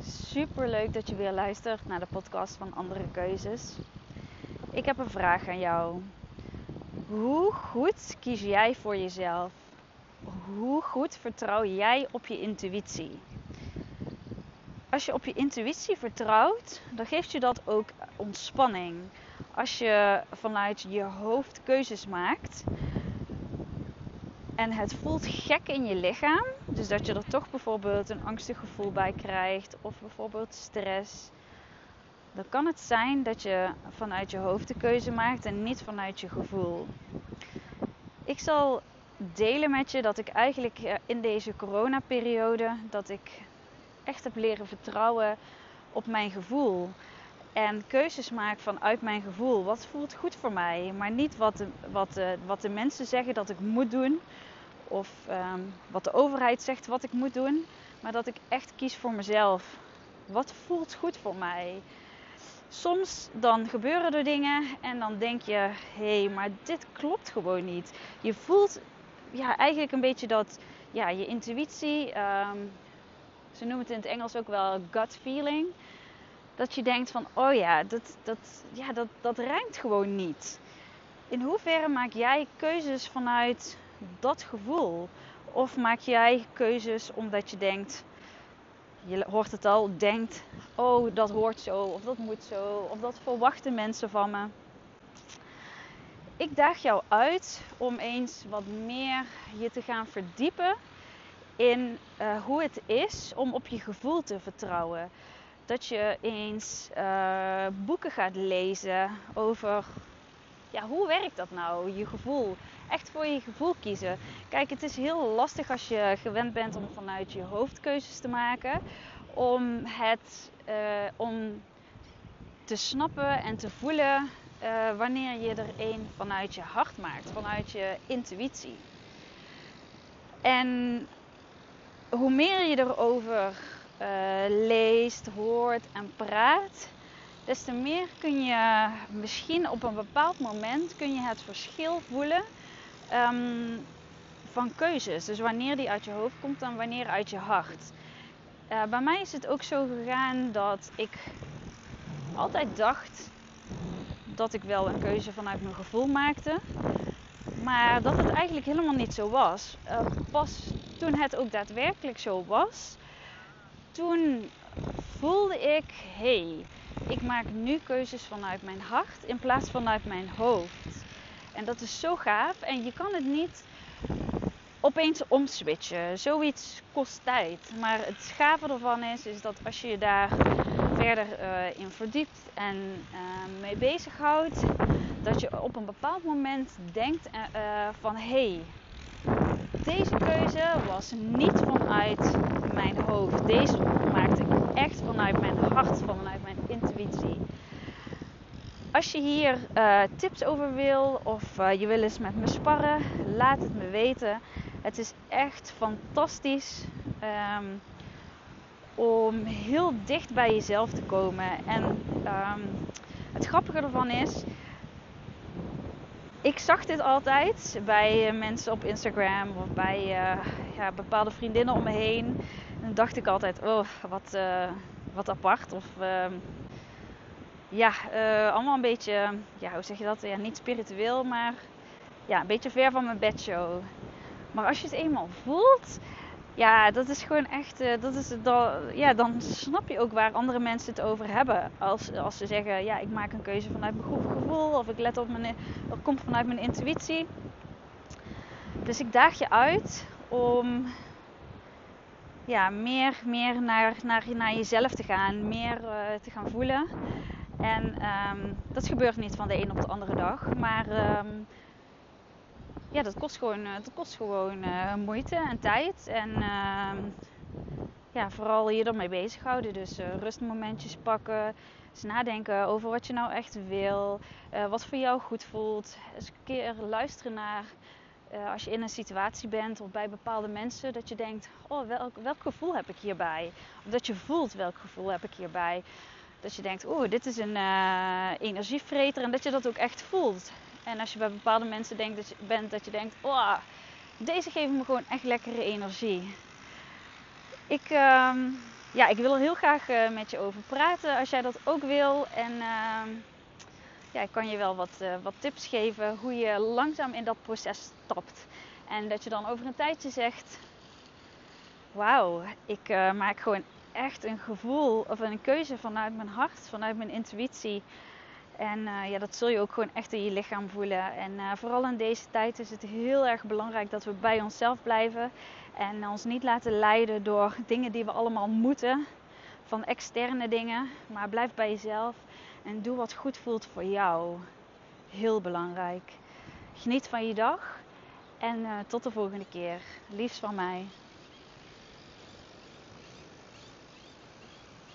Super leuk dat je weer luistert naar de podcast van Andere Keuzes. Ik heb een vraag aan jou. Hoe goed kies jij voor jezelf? Hoe goed vertrouw jij op je intuïtie? Als je op je intuïtie vertrouwt, dan geeft je dat ook ontspanning. Als je vanuit je hoofd keuzes maakt en het voelt gek in je lichaam, dus dat je er toch bijvoorbeeld een angstig gevoel bij krijgt of bijvoorbeeld stress, dan kan het zijn dat je vanuit je hoofd de keuze maakt en niet vanuit je gevoel. Ik zal delen met je dat ik eigenlijk in deze coronaperiode, dat ik echt heb leren vertrouwen op mijn gevoel. En keuzes maak vanuit mijn gevoel. Wat voelt goed voor mij? Maar niet wat de mensen zeggen dat ik moet doen. Of wat de overheid zegt wat ik moet doen. Maar dat ik echt kies voor mezelf. Wat voelt goed voor mij? Soms dan gebeuren er dingen en dan denk je, hé, maar dit klopt gewoon niet. Je voelt eigenlijk een beetje dat je intuïtie, ze noemen het in het Engels ook wel gut feeling. Dat je denkt van, oh ja, dat rijmt gewoon niet. In hoeverre maak jij keuzes vanuit dat gevoel? Of maak jij keuzes omdat je denkt, je hoort het al, denkt, oh dat hoort zo, of dat moet zo, of dat verwachten mensen van me. Ik daag jou uit om eens wat meer je te gaan verdiepen in hoe het is om op je gevoel te vertrouwen. Dat je eens boeken gaat lezen over, hoe werkt dat nou, je gevoel. Echt voor je gevoel kiezen. Kijk, het is heel lastig als je gewend bent om vanuit je hoofd keuzes te maken. Om te snappen en te voelen wanneer je er een vanuit je hart maakt. Vanuit je intuïtie. En hoe meer je erover leest, hoort en praat, des te meer kun je misschien op een bepaald moment kun je het verschil voelen van keuzes. Dus wanneer die uit je hoofd komt en wanneer uit je hart. Bij mij is het ook zo gegaan dat ik altijd dacht dat ik wel een keuze vanuit mijn gevoel maakte. Maar dat het eigenlijk helemaal niet zo was. Pas toen het ook daadwerkelijk zo was, toen voelde ik, ik maak nu keuzes vanuit mijn hart in plaats van vanuit mijn hoofd. En dat is zo gaaf en je kan het niet opeens omswitchen. Zoiets kost tijd. Maar het gave ervan is dat als je je daar verder in verdiept en mee bezighoudt, dat je op een bepaald moment denkt van deze keuze was niet vanuit mijn hoofd. Deze maakte ik echt vanuit mijn hart, vanuit mijn intuïtie. Als je hier tips over wil of je wil eens met me sparren, laat het me weten. Het is echt fantastisch om heel dicht bij jezelf te komen. En het grappige ervan is, ik zag dit altijd bij mensen op Instagram of bij bepaalde vriendinnen om me heen. En dan dacht ik altijd, wat apart. Of allemaal een beetje, hoe zeg je dat? Ja, niet spiritueel, maar een beetje ver van mijn bedshow. Maar als je het eenmaal voelt, dat is gewoon echt, dan snap je ook waar andere mensen het over hebben. Als ze zeggen, ik maak een keuze vanuit mijn gevoel of ik let op dat komt vanuit mijn intuïtie. Dus ik daag je uit om meer naar jezelf te gaan, meer te gaan voelen. En dat gebeurt niet van de een op de andere dag, maar dat kost gewoon moeite en tijd. En vooral je ermee bezighouden. Dus rustmomentjes pakken. Eens nadenken over wat je nou echt wil. Wat voor jou goed voelt. Eens een keer luisteren naar als je in een situatie bent of bij bepaalde mensen. Dat je denkt, welk gevoel heb ik hierbij? Of dat je voelt, welk gevoel heb ik hierbij? Dat je denkt, dit is een energievreter. En dat je dat ook echt voelt. En als je bij bepaalde mensen dat je denkt, deze geven me gewoon echt lekkere energie. Ik ja, ik wil er heel graag met je over praten als jij dat ook wil. En ja, ik kan je wel wat tips geven hoe je langzaam in dat proces stapt. En dat je dan over een tijdje zegt, wauw, ik maak gewoon echt een gevoel of een keuze vanuit mijn hart, vanuit mijn intuïtie. En ja, dat zul je ook gewoon echt in je lichaam voelen. En vooral in deze tijd is het heel erg belangrijk dat we bij onszelf blijven. En ons niet laten leiden door dingen die we allemaal moeten. Van externe dingen. Maar blijf bij jezelf. En doe wat goed voelt voor jou. Heel belangrijk. Geniet van je dag. En tot de volgende keer. Liefs van mij.